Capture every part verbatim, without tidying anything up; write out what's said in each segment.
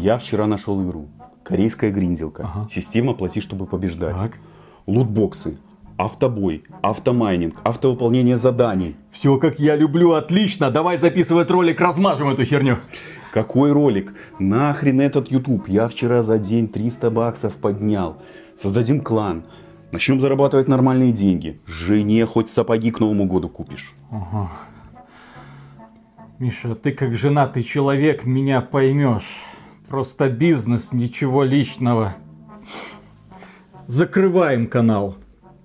Я вчера нашел игру. Корейская гринделка. Ага. Система «Плати, чтобы побеждать». Так. Лутбоксы. Автобой, автомайнинг, автовыполнение заданий. Все как я люблю, отлично. Давай записывать ролик, размажем эту херню. Какой ролик? Нахрен этот YouTube? Я вчера за день триста баксов поднял. Создадим клан. Начнем зарабатывать нормальные деньги. Жене хоть сапоги к Новому году купишь. Ага. Миша, ты как женатый человек меня поймешь. Просто бизнес, ничего личного. Закрываем канал.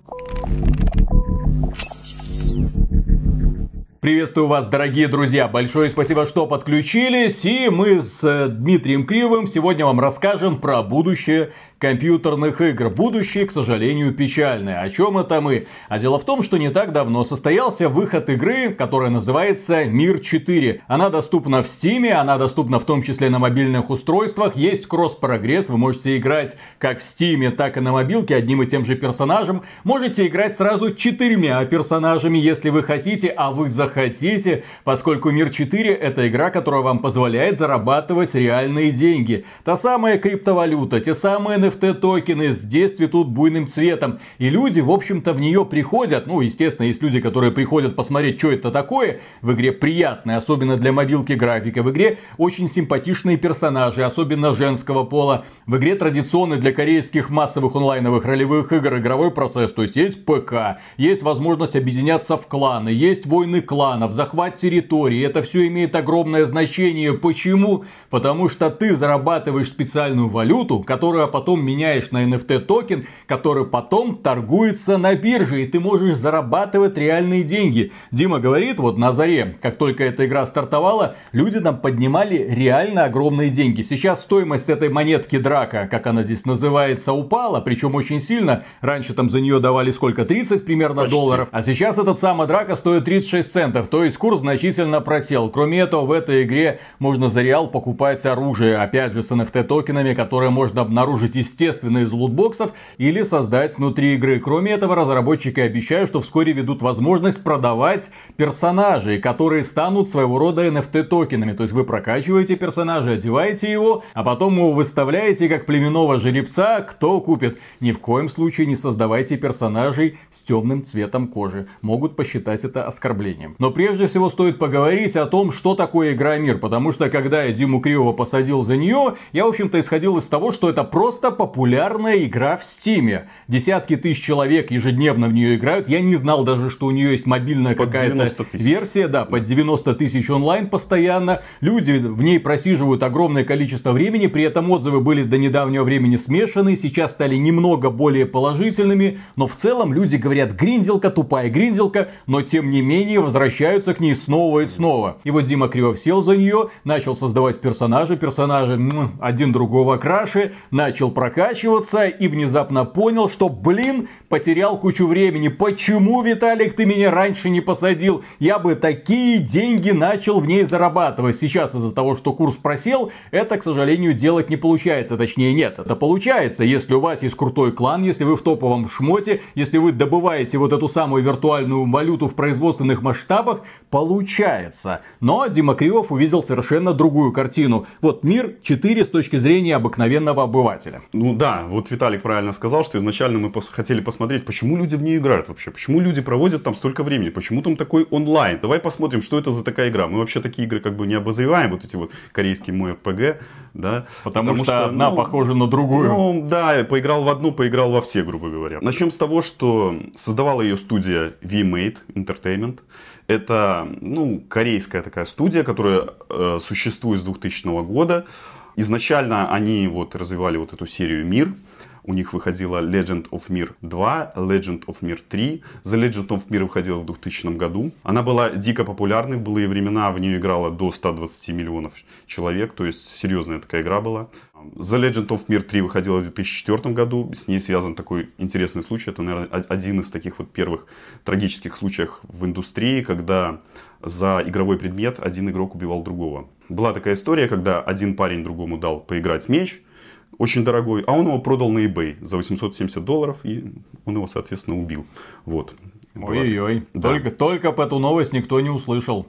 Приветствую вас, дорогие друзья. Большое спасибо, что подключились. И мы с Дмитрием Кривым сегодня вам расскажем про будущее компьютерных игр. Будущее, к сожалению, печальное. О чем это мы? А дело в том, что не так давно состоялся выход игры, которая называется Мир четыре. Она доступна в Steam, она доступна в том числе на мобильных устройствах. Есть кросс-прогресс, вы можете играть как в Steam, так и на мобилке одним и тем же персонажем. Можете играть сразу четырьмя персонажами, если вы хотите, а вы захотите, поскольку Мир четыре это игра, которая вам позволяет зарабатывать реальные деньги. Та самая криптовалюта, те самые эн эф ти-токены здесь цветут буйным цветом. И люди, в общем-то, в нее приходят. Ну, естественно, есть люди, которые приходят посмотреть, что это такое. В игре приятная, особенно для мобилки, графика. В игре очень симпатичные персонажи, особенно женского пола. В игре традиционный для корейских массовых онлайновых ролевых игр игровой процесс. То есть есть ПК, есть возможность объединяться в кланы, есть войны кланов, захват территории. Это все имеет огромное значение. Почему? Потому что ты зарабатываешь специальную валюту, которая потом меняешь на эн эф ти-токен, который потом торгуется на бирже, и ты можешь зарабатывать реальные деньги. Дима говорит, вот на заре, как только эта игра стартовала, люди там поднимали реально огромные деньги. Сейчас стоимость этой монетки Драка, как она здесь называется, упала, причем очень сильно. Раньше там за нее давали сколько? тридцать примерно Почти. долларов. А сейчас этот самый Драка стоит тридцать шесть центов, то есть курс значительно просел. Кроме этого, в этой игре можно за реал покупать оружие, опять же с эн эф ти-токенами, которые можно обнаружить, естественно, из лутбоксов или создать внутри игры. Кроме этого, разработчики обещают, что вскоре ведут возможность продавать персонажей, которые станут своего рода эн эф ти-токенами. То есть вы прокачиваете персонажа, одеваете его, а потом его выставляете как племенного жеребца. Кто купит? Ни в коем случае не создавайте персонажей с темным цветом кожи. Могут посчитать это оскорблением. Но прежде всего стоит поговорить о том, что такое игра Мир. Потому что когда я Диму Кривого посадил за нее, я, в общем-то, исходил из того, что это просто популярная игра в Стиме. Десятки тысяч человек ежедневно в нее играют. Я не знал даже, что у нее есть мобильная какая-то версия. Да, под девяносто тысяч онлайн постоянно. Люди в ней просиживают огромное количество времени. При этом отзывы были до недавнего времени смешанные. Сейчас стали немного более положительными. Но в целом люди говорят, гринделка, тупая гринделка. Но тем не менее возвращаются к ней снова и снова. И вот Дима Кривов сел за нее, начал создавать персонажи. Персонажи м, один другого краше. Начал прокачиваться и внезапно понял, что, блин, потерял кучу времени. Почему, Виталик, ты меня раньше не посадил? Я бы такие деньги начал в ней зарабатывать. Сейчас из-за того, что курс просел, это, к сожалению, делать не получается. Точнее, нет, это получается, если у вас есть крутой клан, если вы в топовом шмоте, если вы добываете вот эту самую виртуальную валюту в производственных масштабах, получается. Но Дима Кривов увидел совершенно другую картину. Вот Мир четыре с точки зрения обыкновенного обывателя. Ну да, вот Виталик правильно сказал, что изначально мы пос- хотели посмотреть, почему люди в ней играют вообще, почему люди проводят там столько времени, почему там такой онлайн. Давай посмотрим, что это за такая игра. Мы вообще такие игры как бы не обозреваем, вот эти вот корейские мой пэ гэ, да. Потому, потому что, что одна ну, похожа на другую. Ну да, поиграл в одну, поиграл во все, грубо говоря. Начнем с того, что создавала ее студия V-Made Entertainment. Это, ну, корейская такая студия, которая э, существует с двухтысячного года. Изначально они вот развивали вот эту серию Мир. У них выходила Legend of Mir два, Legend of Mir три. The Legend of Mir выходила в двухтысячном году. Она была дико популярной в былые времена. В нее играло до ста двадцати миллионов человек. То есть серьезная такая игра была. The Legend of Mir три выходила в две тысячи четвёртом году. С ней связан такой интересный случай. Это, наверное, один из таких вот первых трагических случаев в индустрии, когда за игровой предмет один игрок убивал другого. Была такая история, когда один парень другому дал поиграть в меч, очень дорогой, а он его продал на eBay за восемьсот семьдесят долларов, и он его, соответственно, убил. Вот. Ой-ой-ой, да. только, только по эту новость никто не услышал.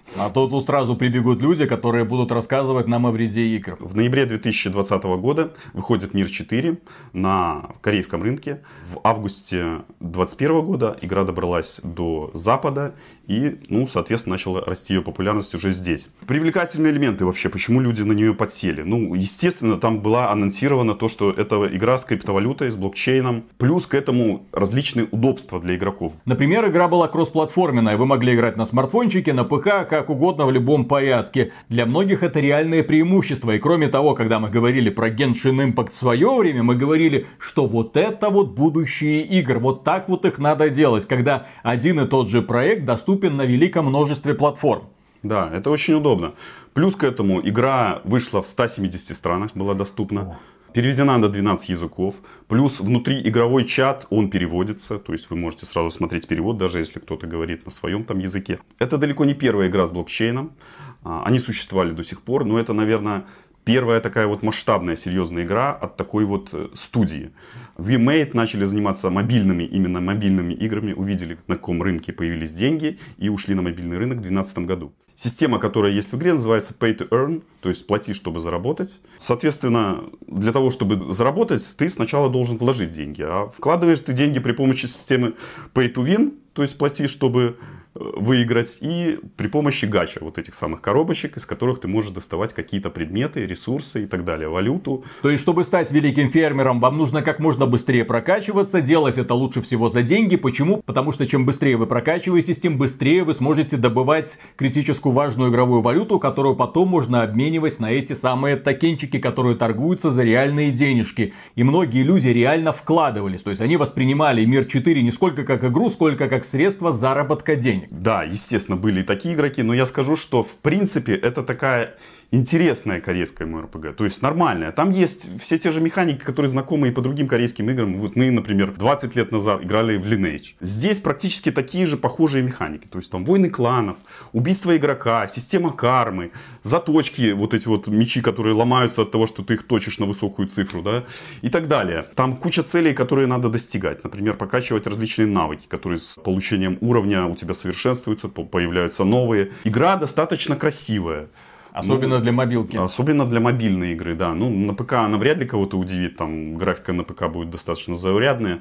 А то тут сразу прибегут люди, которые будут рассказывать нам о вреде игр. В ноябре две тысячи двадцатого года выходит Мир четыре на корейском рынке. В августе две тысячи двадцать первого года игра добралась до Запада и, ну, соответственно, начала расти ее популярность уже здесь. Привлекательные элементы вообще, почему люди на нее подсели. Ну, естественно, там была анонсировано то, что это игра с криптовалютой, с блокчейном. Плюс к этому различные удобства для игроков. Например, игра была кроссплатформенная. Вы могли играть на смартфончике, на ПК, как угодно, в любом порядке. Для многих это реальное преимущество. И кроме того, когда мы говорили про Genshin Impact в свое время, мы говорили, что вот это вот будущие игр. Вот так вот их надо делать, когда один и тот же проект доступен на великом множестве платформ. Да, это очень удобно. Плюс к этому игра вышла в ста семидесяти странах, была доступна. Переведена на двенадцать языков. Плюс внутри игровой чат он переводится. То есть вы можете сразу смотреть перевод, даже если кто-то говорит на своем там языке. Это далеко не первая игра с блокчейном. Они существовали до сих пор. Но это, наверное, первая такая вот масштабная, серьезная игра от такой вот студии. VMate начали заниматься мобильными, именно мобильными играми. Увидели, на каком рынке появились деньги. И ушли на мобильный рынок в две тысячи двенадцатом году. Система, которая есть в игре, называется Pay to Earn, то есть плати, чтобы заработать. Соответственно, для того, чтобы заработать, ты сначала должен вложить деньги. А вкладываешь ты деньги при помощи системы Pay to Win, то есть плати, чтобы выиграть, и при помощи гача, вот этих самых коробочек, из которых ты можешь доставать какие-то предметы, ресурсы и так далее, валюту. То есть, чтобы стать великим фермером, вам нужно как можно быстрее прокачиваться, делать это лучше всего за деньги. Почему? Потому что чем быстрее вы прокачиваетесь, тем быстрее вы сможете добывать критическую важную игровую валюту, которую потом можно обменивать на эти самые токенчики, которые торгуются за реальные денежки. И многие люди реально вкладывались, то есть они воспринимали Мир четыре не сколько как игру, сколько как средство заработка денег. Да, естественно, были и такие игроки, но я скажу, что в принципе это такая интересная корейская эм эр пэ гэ, то есть нормальная. Там есть все те же механики, которые знакомы и по другим корейским играм. Вот мы, например, двадцать лет назад играли в Lineage. Здесь практически такие же похожие механики, то есть там войны кланов, убийство игрока, система кармы, заточки, вот эти вот мечи, которые ломаются от того, что ты их точишь на высокую цифру, да, и так далее. Там куча целей, которые надо достигать, например, прокачивать различные навыки, которые с получением уровня у тебя совершенствуются, появляются новые. Игра достаточно красивая. Особенно ну, для мобилки. Особенно для мобильной игры, да. Ну, на ПК она вряд ли кого-то удивит. Там графика на ПК будет достаточно заурядная.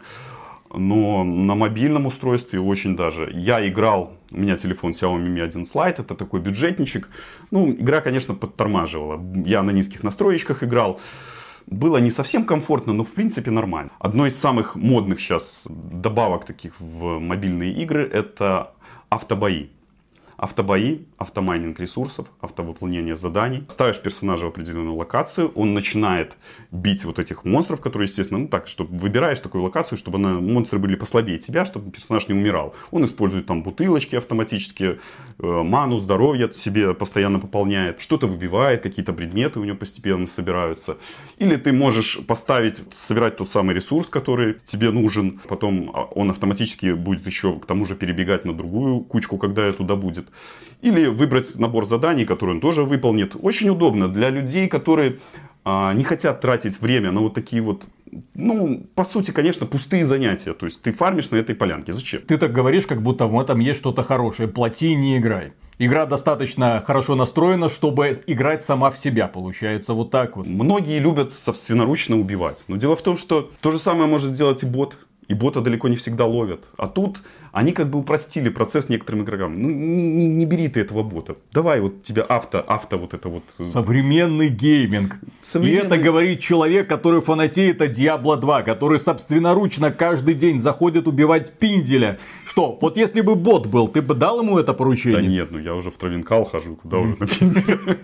Но на мобильном устройстве очень даже. Я играл, у меня телефон Xiaomi Mi один Lite, это такой бюджетничек. Ну, игра, конечно, подтормаживала. Я на низких настроечках играл. Было не совсем комфортно, но в принципе нормально. Одной из самых модных сейчас добавок таких в мобильные игры — это автобои. Автобои, автомайнинг ресурсов, автовыполнение заданий. Ставишь персонажа в определенную локацию, он начинает бить вот этих монстров, которые, естественно, ну так, чтобы выбираешь такую локацию, чтобы она, монстры были послабее тебя, чтобы персонаж не умирал. Он использует там бутылочки автоматически, э, ману, здоровье себе постоянно пополняет, что-то выбивает, какие-то предметы у него постепенно собираются. Или ты можешь поставить, собирать тот самый ресурс, который тебе нужен, потом он автоматически будет еще к тому же перебегать на другую кучку, когда туда будет. Или выбрать набор заданий, который он тоже выполнит. Очень удобно для людей, которые а, не хотят тратить время на вот такие вот, ну, по сути, конечно, пустые занятия. То есть ты фармишь на этой полянке. Зачем? Ты так говоришь, как будто в этом есть что-то хорошее. Плати, не играй. Игра достаточно хорошо настроена, чтобы играть сама в себя. Получается вот так вот. Многие любят собственноручно убивать. Но дело в том, что то же самое может сделать и бот. И бота далеко не всегда ловят. А тут они как бы упростили процесс некоторым игрокам. Ну, не, не бери ты этого бота. Давай вот тебе авто, авто вот это вот. Современный гейминг. Современный... И это говорит человек, который фанатеет от Диабло два, который собственноручно каждый день заходит убивать пинделя. Что, вот если бы бот был, ты бы дал ему это поручение? Да нет, ну я уже в Травинкал хожу, куда уже на пинделя.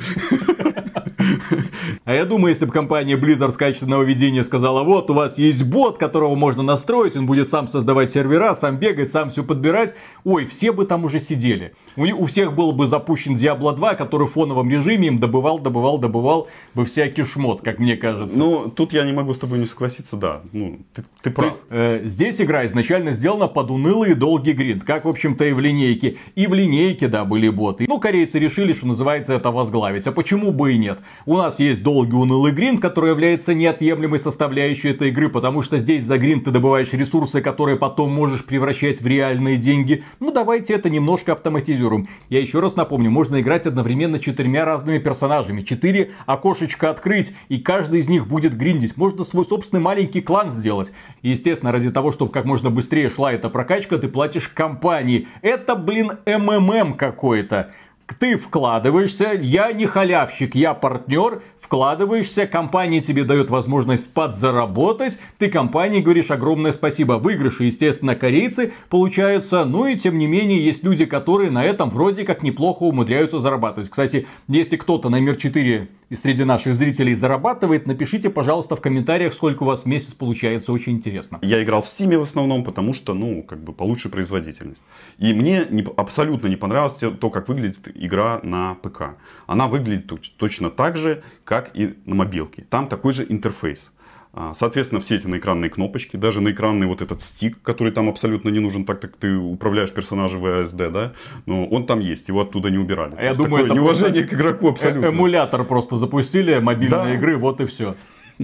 А я думаю, если бы компания Blizzard с качественного ведения сказала: вот у вас есть бот, которого можно настроить, он будет сам создавать сервера, сам бегать, сам все подбирать. Ой, все бы там уже сидели. У, у всех был бы запущен Диабло два, который в фоновом режиме им добывал, добывал, добывал бы всякий шмот, как мне кажется. Ну, тут я не могу с тобой не согласиться, да. Ну, ты, ты прав. Есть, э, здесь игра изначально сделана под унылый и долгий гринд, как, в общем-то, и в линейке. И в линейке, да, были боты. Ну, корейцы решили, что называется, это возглавить. А почему бы и нет? У нас есть долгий унылый гринд, который является неотъемлемой составляющей этой игры, потому что здесь за гринд ты добываешь ресурсы, ресурсы, которые потом можешь превращать в реальные деньги. Ну, давайте это немножко автоматизируем. Я еще раз напомню, можно играть одновременно четырьмя разными персонажами. Четыре окошечка открыть, и каждый из них будет гриндить. Можно свой собственный маленький клан сделать. И, естественно, ради того, чтобы как можно быстрее шла эта прокачка, ты платишь компании. Это, блин, эм эм эм какой-то. Ты вкладываешься, я не халявщик, я партнер, вкладываешься, компания тебе дает возможность подзаработать, ты компании говоришь огромное спасибо. Выигрыши, естественно, корейцы получаются, ну и тем не менее есть люди, которые на этом вроде как неплохо умудряются зарабатывать. Кстати, если кто-то на Мир четыре и среди наших зрителей зарабатывает, напишите, пожалуйста, в комментариях, сколько у вас в месяц получается, очень интересно. Я играл в Steam в основном, потому что, ну, как бы получше производительность. И мне не, абсолютно не понравилось то, как выглядит игра на ПК. Она выглядит точно так же, как и на мобилке. Там такой же интерфейс. Соответственно, все эти наэкранные кнопочки, даже наэкранный вот этот стик, который там абсолютно не нужен, так как ты управляешь персонажем в эй эс ди, да, но он там есть, его оттуда не убирали. Я думаю, это неуважение к игроку абсолютно. Эмулятор просто запустили мобильной да. игры, вот и все.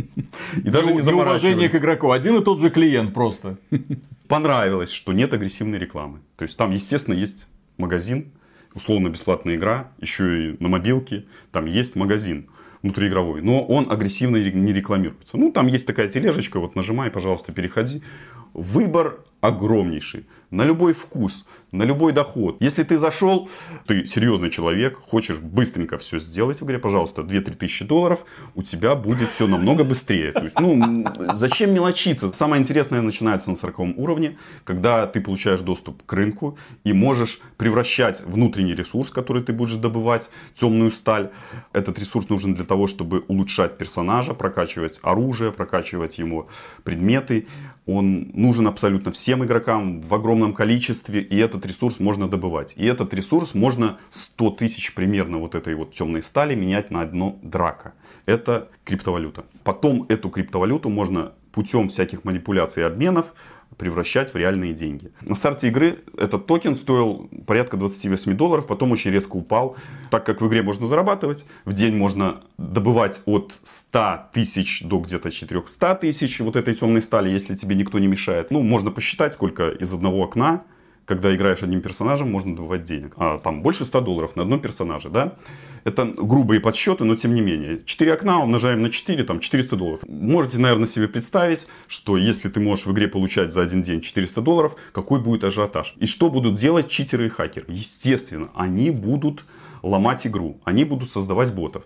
И даже не неуважение к игроку, один и тот же клиент просто. Понравилось, что нет агрессивной рекламы. То есть там, естественно, есть магазин, условно-бесплатная игра, еще и на мобилке, там есть магазин внутриигровой, но он агрессивно не рекламируется. Ну, там есть такая тележечка, вот нажимай, пожалуйста, переходи. Выбор огромнейший. На любой вкус, на любой доход. Если ты зашел, ты серьезный человек, хочешь быстренько все сделать в игре, пожалуйста, две-три тысячи долларов, у тебя будет все намного быстрее. То есть, ну, зачем мелочиться? Самое интересное начинается на сороковом уровне, когда ты получаешь доступ к рынку и можешь превращать внутренний ресурс, который ты будешь добывать, темную сталь. Этот ресурс нужен для того, чтобы улучшать персонажа, прокачивать оружие, прокачивать ему предметы. Он нужен абсолютно всем игрокам в огромном количестве, и этот ресурс можно добывать. И этот ресурс можно сто тысяч примерно вот этой вот темной стали менять на одно драко. Это криптовалюта. Потом эту криптовалюту можно путем всяких манипуляций и обменов превращать в реальные деньги. На старте игры этот токен стоил порядка двадцать восемь долларов, потом очень резко упал. Так как в игре можно зарабатывать, в день можно добывать от ста тысяч до где-то четырехсот тысяч вот этой темной стали, если тебе никто не мешает. Ну, можно посчитать, сколько из одного окна, когда играешь одним персонажем, можно добывать денег. А там больше ста долларов на одном персонаже, да? Это грубые подсчеты, но тем не менее. четыре окна умножаем на четыре, там четыреста долларов. Можете, наверное, себе представить, что если ты можешь в игре получать за один день четыреста долларов, какой будет ажиотаж. И что будут делать читеры и хакеры? Естественно, они будут ломать игру, они будут создавать ботов.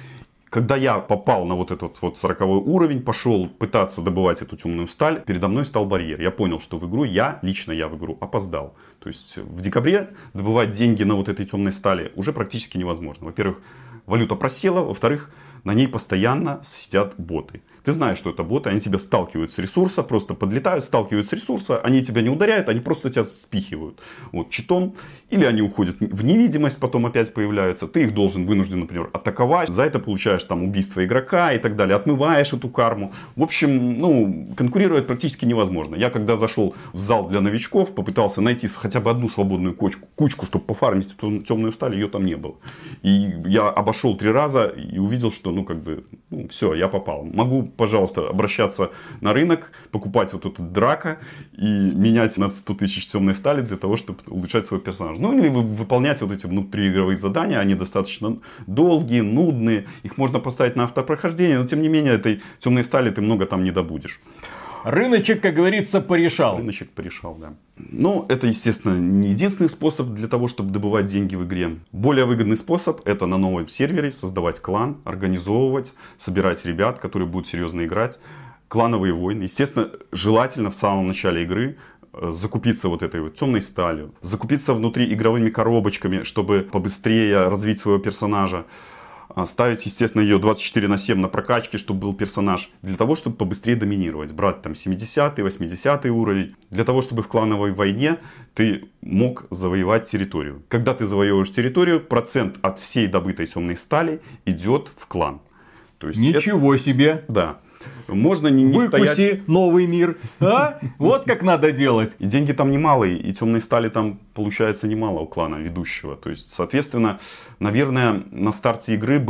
Когда я попал на вот этот вот сороковой уровень, пошел пытаться добывать эту темную сталь, передо мной стал барьер. Я понял, что в игру я, лично я в игру опоздал. То есть в декабре добывать деньги на вот этой темной стали уже практически невозможно. Во-первых, валюта просела, во-вторых, на ней постоянно сидят боты. Ты знаешь, что это боты, они тебя сталкивают с ресурса, просто подлетают, сталкивают с ресурса, они тебя не ударяют, они просто тебя спихивают вот, читом. Или они уходят в невидимость, потом опять появляются. Ты их должен вынужден, например, атаковать. За это получаешь там убийство игрока и так далее. Отмываешь эту карму. В общем, ну, конкурировать практически невозможно. Я когда зашел в зал для новичков, попытался найти хотя бы одну свободную кучку, кучку чтобы пофармить эту темную сталь, ее там не было. И я обошел три раза и увидел, что, ну, как бы, ну, все, я попал. Могу, пожалуйста, обращаться на рынок, покупать вот этот драко и менять на сто тысяч темной стали для того, чтобы улучшать свой персонаж. Ну, или выполнять вот эти внутриигровые задания. Они достаточно долгие, нудные. Их можно поставить на автопрохождение, но, тем не менее, этой темной стали ты много там не добудешь. Рыночек, как говорится, порешал. Рыночек порешал, да. Но это, естественно, не единственный способ для того, чтобы добывать деньги в игре. Более выгодный способ — это на новом сервере создавать клан, организовывать, собирать ребят, которые будут серьезно играть. Клановые войны. Естественно, желательно в самом начале игры закупиться вот этой вот темной сталью, закупиться внутри игровыми коробочками, чтобы побыстрее развить своего персонажа. Ставить, естественно, ее двадцать четыре на семь на прокачке, чтобы был персонаж. Для того, чтобы побыстрее доминировать. Брать там семидесятый, восьмидесятый уровень. Для того, чтобы в клановой войне ты мог завоевать территорию. Когда ты завоевываешь территорию, процент от всей добытой темной стали идет в клан. То есть ничего это... себе! Да. Можно не, не Выкуси стоять... новый мир. А? Вот как надо делать. И деньги там немалые, и темной стали там получается немало у клана ведущего. То есть, соответственно, наверное, на старте игры был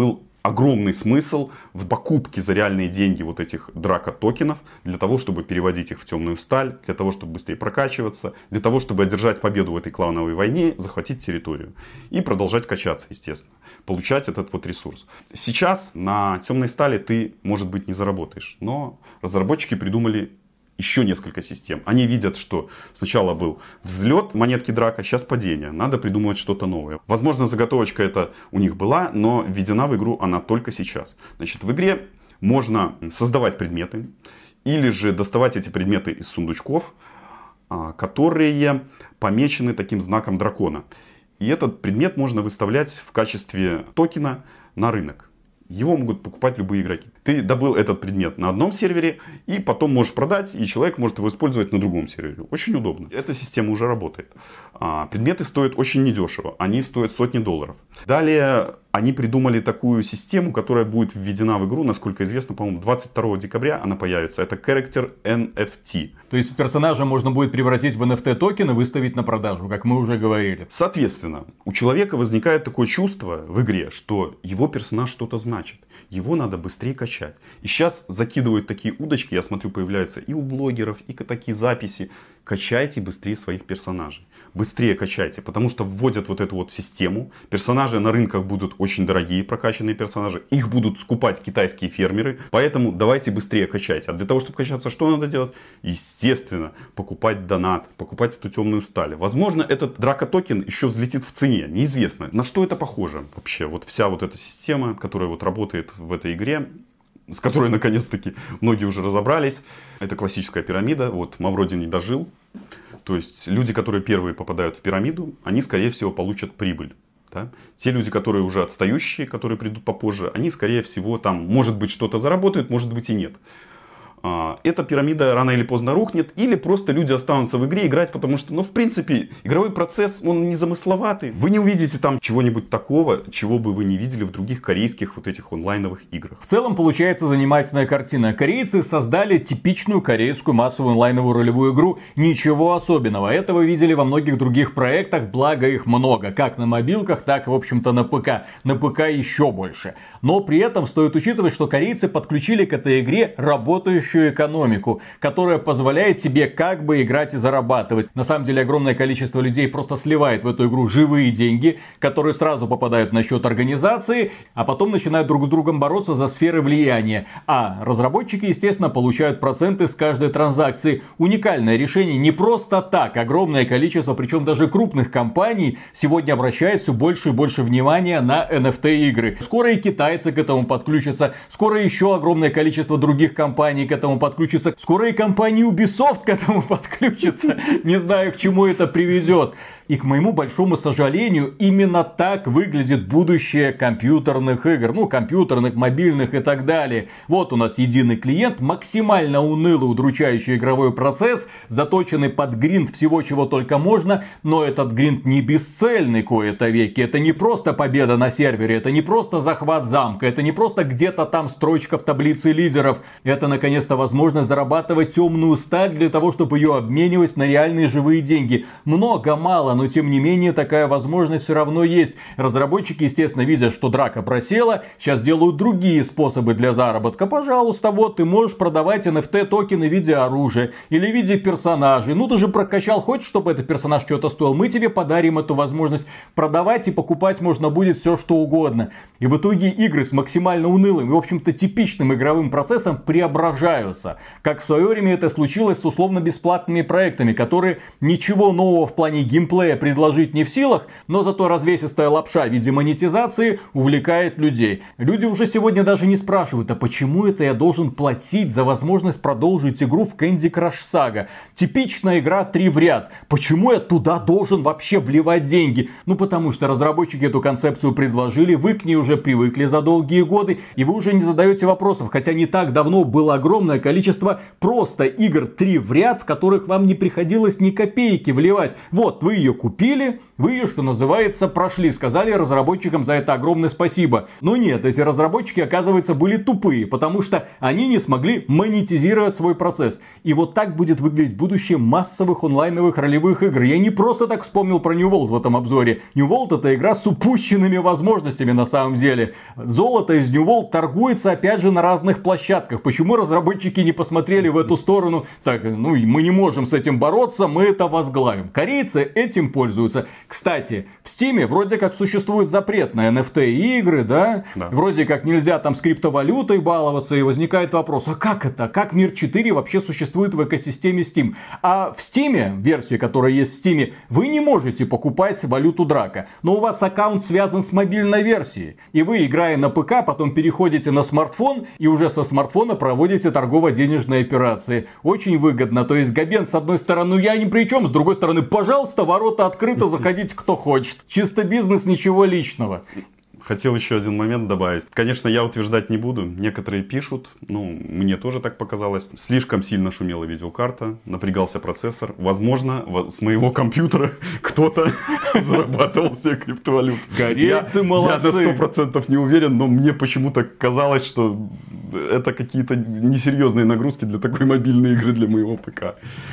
огромный смысл в покупке за реальные деньги вот этих драка-токенов, для того, чтобы переводить их в темную сталь, для того, чтобы быстрее прокачиваться, для того, чтобы одержать победу в этой клановой войне, захватить территорию и продолжать качаться, естественно, получать этот вот ресурс. Сейчас на темной стали ты, может быть, не заработаешь, но разработчики придумали еще несколько систем. Они видят, что сначала был взлет монетки драка, сейчас падение. Надо придумывать что-то новое. Возможно, заготовочка эта у них была, но введена в игру она только сейчас. Значит, в игре можно создавать предметы или же доставать эти предметы из сундучков, которые помечены таким знаком дракона. И этот предмет можно выставлять в качестве токена на рынок. Его могут покупать любые игроки. Ты добыл этот предмет на одном сервере, и потом можешь продать, и человек может его использовать на другом сервере. Очень удобно. Эта система уже работает. А, предметы стоят очень недешево. Они стоят сотни долларов. Далее они придумали такую систему, которая будет введена в игру, насколько известно, по-моему, двадцать второго декабря она появится. Это Character эн эф ти. То есть персонажа можно будет превратить в эн эф ти токен и выставить на продажу, как мы уже говорили. Соответственно, у человека возникает такое чувство в игре, что его персонаж что-то значит. Его надо быстрее качать. И сейчас закидывают такие удочки, я смотрю, появляются и у блогеров, и такие записи. Качайте быстрее своих персонажей. Быстрее качайте, потому что вводят вот эту вот систему. Персонажи на рынках будут очень дорогие, прокачанные персонажи. Их будут скупать китайские фермеры. Поэтому давайте быстрее качать. А для того, чтобы качаться, что надо делать? Естественно, покупать донат, покупать эту темную сталь. Возможно, этот драка-токен еще взлетит в цене. Неизвестно. На что это похоже вообще? Вот вся вот эта система, которая вот работает в этой игре, с которой наконец-таки многие уже разобрались. Это классическая пирамида. Вот Мавроди не дожил. То есть люди, которые первые попадают в пирамиду, они, скорее всего, получат прибыль. Да? Те люди, которые уже отстающие, которые придут попозже, они, скорее всего, там, может быть, что-то заработают, может быть и нет. Эта пирамида рано или поздно рухнет, или просто люди останутся в игре играть, потому что, ну, в принципе, игровой процесс, он не замысловатый. Вы не увидите там чего-нибудь такого, чего бы вы не видели в других корейских вот этих онлайновых играх. В целом получается занимательная картина. Корейцы создали типичную корейскую массовую онлайновую ролевую игру. Ничего особенного. Это вы видели во многих других проектах, благо их много. Как на мобилках, так и, в общем-то, на ПК. На ПК еще больше. Но при этом стоит учитывать, что корейцы подключили к этой игре работающую экономику, которая позволяет тебе как бы играть и зарабатывать. На самом деле огромное количество людей просто сливает в эту игру живые деньги, которые сразу попадают на счет организации, а потом начинают друг с другом бороться за сферы влияния. А разработчики, естественно, получают проценты с каждой транзакции. Уникальное решение не просто так. Огромное количество, причем даже крупных компаний, сегодня обращает все больше и больше внимания на эн эф ти игры. Скоро и китайцы к этому подключатся, скоро еще огромное количество других компаний к этому подключится. Скоро и компания Ubisoft к этому подключится. Не знаю, к чему это приведет. И, к моему большому сожалению, именно так выглядит будущее компьютерных игр. Ну, компьютерных, мобильных и так далее. Вот у нас единый клиент, максимально унылый, удручающий игровой процесс, заточенный под гринд всего, чего только можно. Но этот гринд не бесцельный кое-то веки. Это не просто победа на сервере, это не просто захват замка, это не просто где-то там строчка в таблице лидеров. Это, наконец-то, возможность зарабатывать темную сталь для того, чтобы ее обменивать на реальные живые деньги. Много, мало, но тем не менее такая возможность все равно есть. Разработчики, естественно, видят, что драка просела, сейчас делают другие способы для заработка. Пожалуйста, вот ты можешь продавать эн эф ти токены в виде оружия или в виде персонажей. Ну ты же прокачал, хочешь, чтобы этот персонаж что-то стоил? Мы тебе подарим эту возможность. Продавать и покупать можно будет все, что угодно. И в итоге игры с максимально унылым и, в общем-то, типичным игровым процессом преображаются. Как в свое время это случилось с условно-бесплатными проектами, которые ничего нового в плане геймплея предложить не в силах, но зато развесистая лапша в виде монетизации увлекает людей. Люди уже сегодня даже не спрашивают, а почему это я должен платить за возможность продолжить игру в Candy Crush Saga? Типичная игра три в ряд. Почему я туда должен вообще вливать деньги? Ну потому что разработчики эту концепцию предложили, вы к ней уже привыкли за долгие годы, и вы уже не задаете вопросов, хотя не так давно был огромный огромное количество просто игр три в ряд, в которых вам не приходилось ни копейки вливать. Вот, вы ее купили, вы ее, что называется, прошли. Сказали разработчикам за это огромное спасибо. Но нет, эти разработчики, оказывается, были тупые, потому что они не смогли монетизировать свой процесс. И вот так будет выглядеть будущее массовых онлайновых ролевых игр. Я не просто так вспомнил про New World в этом обзоре. New World — это игра с упущенными возможностями на самом деле. Золото из New World торгуется опять же на разных площадках. Почему разработчики не посмотрели в эту сторону? Так, ну мы не можем с этим бороться, мы это возглавим. Корейцы этим пользуются. Кстати, в Steam вроде как существует запрет на эн эф ти игры, да? Да. Вроде как нельзя там с криптовалютой баловаться, и возникает вопрос, а как это? Как Мир четыре вообще существует в экосистеме Steam? А в Steam, версии, которая есть в Steam, вы не можете покупать валюту Драка. Но у вас аккаунт связан с мобильной версией. И вы, играя на ПК, потом переходите на смартфон и уже со смартфона проводите торгово-денежные операции. Очень выгодно. То есть Габен, с одной стороны, я ни при чем, с другой стороны, пожалуйста, ворота открыты, заходите кто хочет. Чисто бизнес, ничего личного. Хотел еще один момент добавить. Конечно, я утверждать не буду. Некоторые пишут, ну, мне тоже так показалось. Слишком сильно шумела видеокарта, напрягался процессор. Возможно, с моего компьютера кто-то зарабатывал себе криптовалюту. Корейцы молодцы. Я на сто процентов не уверен, но мне почему-то казалось, что это какие-то несерьезные нагрузки для такой мобильной игры для моего ПК.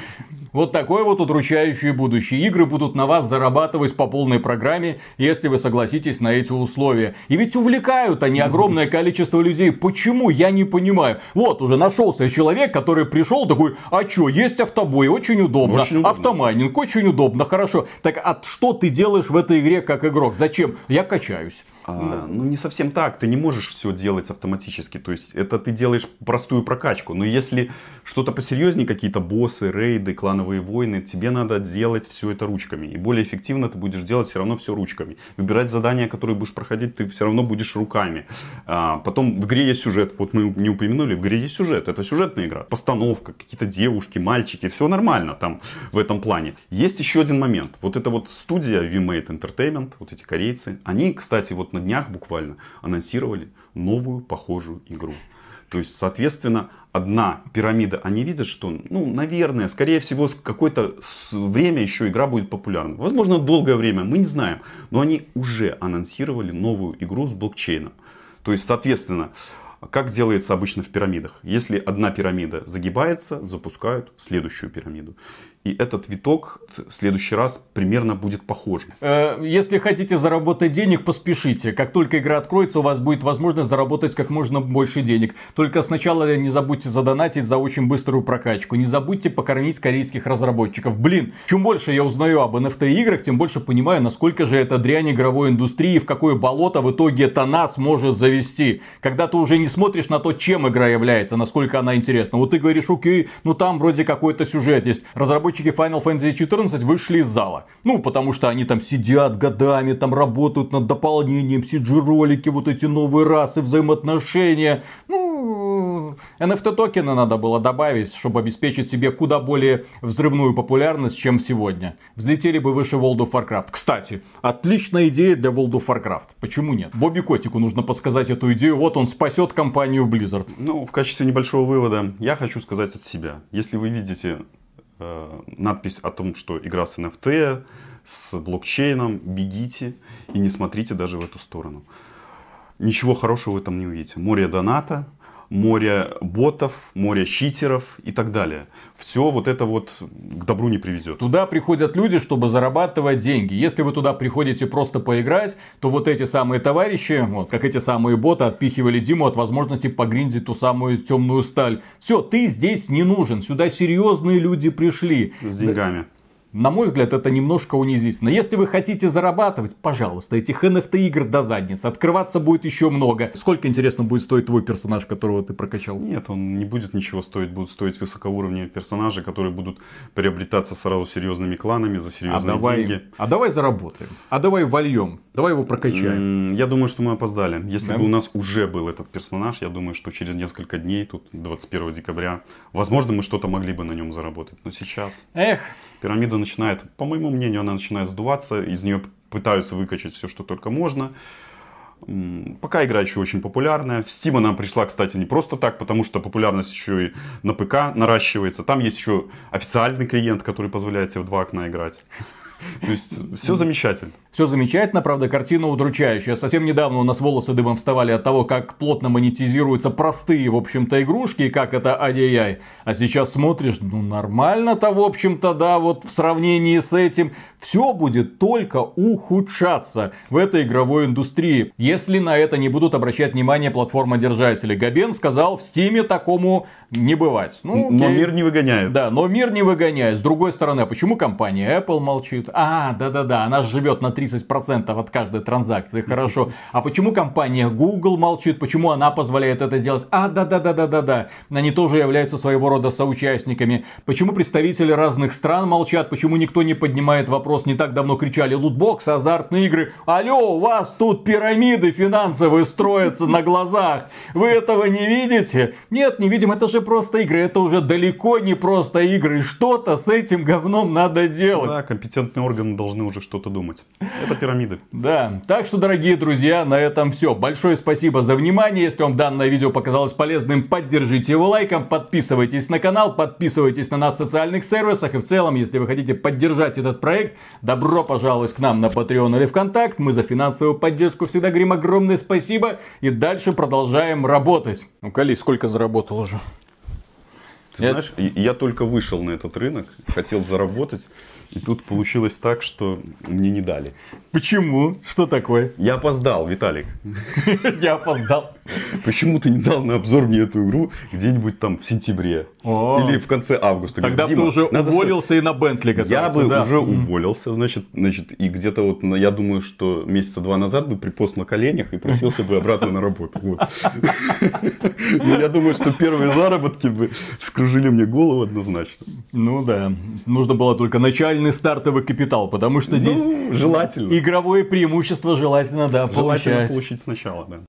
Вот такое вот удручающее будущее. Игры будут на вас зарабатывать по полной программе, если вы согласитесь на эти условия. И ведь увлекают они огромное количество людей. Почему? Я не понимаю. Вот уже нашелся человек, который пришел такой, а что, есть автобой, очень удобно. Очень удобно. Автомайнинг, очень удобно, хорошо. Так а что ты делаешь в этой игре как игрок? Зачем? Я качаюсь. А, ну не совсем так, ты не можешь все делать автоматически, то есть это ты делаешь простую прокачку, но если что-то посерьезнее, какие-то боссы, рейды, клановые войны, тебе надо делать все это ручками, и более эффективно ты будешь делать все равно все ручками, выбирать задания, которые будешь проходить, ты все равно будешь руками. А, потом в игре есть сюжет, вот мы не упомянули, в игре есть сюжет, это сюжетная игра, постановка, какие-то девушки, мальчики, все нормально там в этом плане. Есть еще один момент, вот эта вот студия ви-мейт Entertainment, вот эти корейцы, они, кстати, вот на днях буквально анонсировали новую похожую игру. То есть, соответственно, одна пирамида, они видят, что, ну, наверное, скорее всего, какое-то время еще игра будет популярна. Возможно, долгое время, мы не знаем. Но они уже анонсировали новую игру с блокчейном. То есть, соответственно, как делается обычно в пирамидах? Если одна пирамида загибается, запускают следующую пирамиду. И этот виток в следующий раз примерно будет похож. Если хотите заработать денег, поспешите. Как только игра откроется, у вас будет возможность заработать как можно больше денег. Только сначала не забудьте задонатить за очень быструю прокачку. Не забудьте покормить корейских разработчиков. Блин, чем больше я узнаю об эн эф ти играх, тем больше понимаю, насколько же это дрянь игровой индустрии, в какое болото в итоге это нас может завести. Когда ты уже не смотришь на то, чем игра является, насколько она интересна. Вот ты говоришь, окей, ну там вроде какой-то сюжет есть. Разработчики Final Fantasy четырнадцать вышли из зала. Ну, потому что они там сидят годами, там работают над дополнением, си джи-ролики, вот эти новые расы, взаимоотношения. Ну, эн эф ти токены надо было добавить, чтобы обеспечить себе куда более взрывную популярность, чем сегодня. Взлетели бы выше World of Warcraft. Кстати, отличная идея для World of Warcraft. Почему нет? Бобби Котику нужно подсказать эту идею. Вот он спасет компанию Blizzard. Ну, в качестве небольшого вывода я хочу сказать от себя. Если вы видите надпись о том, что игра с эн эф ти, с блокчейном, бегите и не смотрите даже в эту сторону. Ничего хорошего в этом не увидите. Море доната, море ботов, море читеров и так далее. Все вот это вот к добру не приведет. Туда приходят люди, чтобы зарабатывать деньги. Если вы туда приходите просто поиграть, то вот эти самые товарищи, вот, как эти самые боты, отпихивали Диму от возможности погриндить ту самую темную сталь. Все, ты здесь не нужен. Сюда серьезные люди пришли. С деньгами. На мой взгляд, это немножко унизительно. Если вы хотите зарабатывать, пожалуйста, этих эн эф ти игр до задницы. Открываться будет еще много. Сколько, интересно, будет стоить твой персонаж, которого ты прокачал? Нет, он не будет ничего стоить. Будут стоить высокоуровневые персонажи, которые будут приобретаться сразу серьезными кланами за серьезные а давай, деньги. А давай заработаем. А давай вольем. Давай его прокачаем. Я думаю, что мы опоздали. Если да? бы у нас уже был этот персонаж, я думаю, что через несколько дней, тут двадцать первого декабря, возможно, мы что-то могли бы на нем заработать. Но сейчас... Эх. Пирамида начинает, по моему мнению, она начинает сдуваться. Из нее пытаются выкачать все, что только можно. Пока игра еще очень популярная. В Steam она пришла, кстати, не просто так, потому что популярность еще и на ПК наращивается. Там есть еще официальный клиент, который позволяет тебе в два окна играть. То есть, все замечательно. Все замечательно, правда, картина удручающая. Совсем недавно у нас волосы дыбом вставали от того, как плотно монетизируются простые, в общем-то, игрушки, и как это ай-яй-яй. А сейчас смотришь, ну, нормально-то, в общем-то, да, вот в сравнении с этим. Все будет только ухудшаться в этой игровой индустрии, если на это не будут обращать внимание платформодержатели. Габен сказал, в Стиме такому не бывать. Ну, но мир не выгоняет. Да, но мир не выгоняет. С другой стороны, а почему компания Apple молчит? А, да-да-да, она живет на тридцать процентов от каждой транзакции, хорошо. А почему компания Google молчит? Почему она позволяет это делать? А, да-да-да-да-да-да. Они тоже являются своего рода соучастниками. Почему представители разных стран молчат? Почему никто не поднимает вопрос? Не так давно кричали: лутбоксы, азартные игры. Алло, у вас тут пирамиды финансовые строятся на глазах. Вы этого не видите? Нет, не видим, это же просто игры. Это уже далеко не просто игры. И что-то с этим говном надо делать. Да, компетентные органы должны уже что-то думать. Это пирамиды. Да, так что, дорогие друзья, на этом все. Большое спасибо за внимание. Если вам данное видео показалось полезным, поддержите его лайком, подписывайтесь на канал, подписывайтесь на нас в социальных сервисах. И в целом, если вы хотите поддержать этот проект, добро пожаловать к нам на Patreon или ВКонтакт. Мы за финансовую поддержку всегда говорим огромное спасибо. И дальше продолжаем работать. Ну, Кали, сколько заработал уже? Ты знаешь, я... я только вышел на этот рынок, хотел заработать, и тут получилось так, что мне не дали. Почему? Что такое? Я опоздал, Виталик. Я опоздал. Почему ты не дал на обзор мне эту игру где-нибудь там в сентябре? О, или в конце августа? Тогда бы ты уже уволился с... и на Бентли катался. Я бы да. уже уволился, значит, значит, и где-то вот, я думаю, что месяца два назад бы приполз на коленях и просился бы обратно на работу. Но я думаю, что первые заработки бы вскружили мне голову однозначно. Ну да, нужно было только начальный стартовый капитал, потому что здесь желательно. Игровое преимущество желательно, да, Желательно получать. получить сначала, да.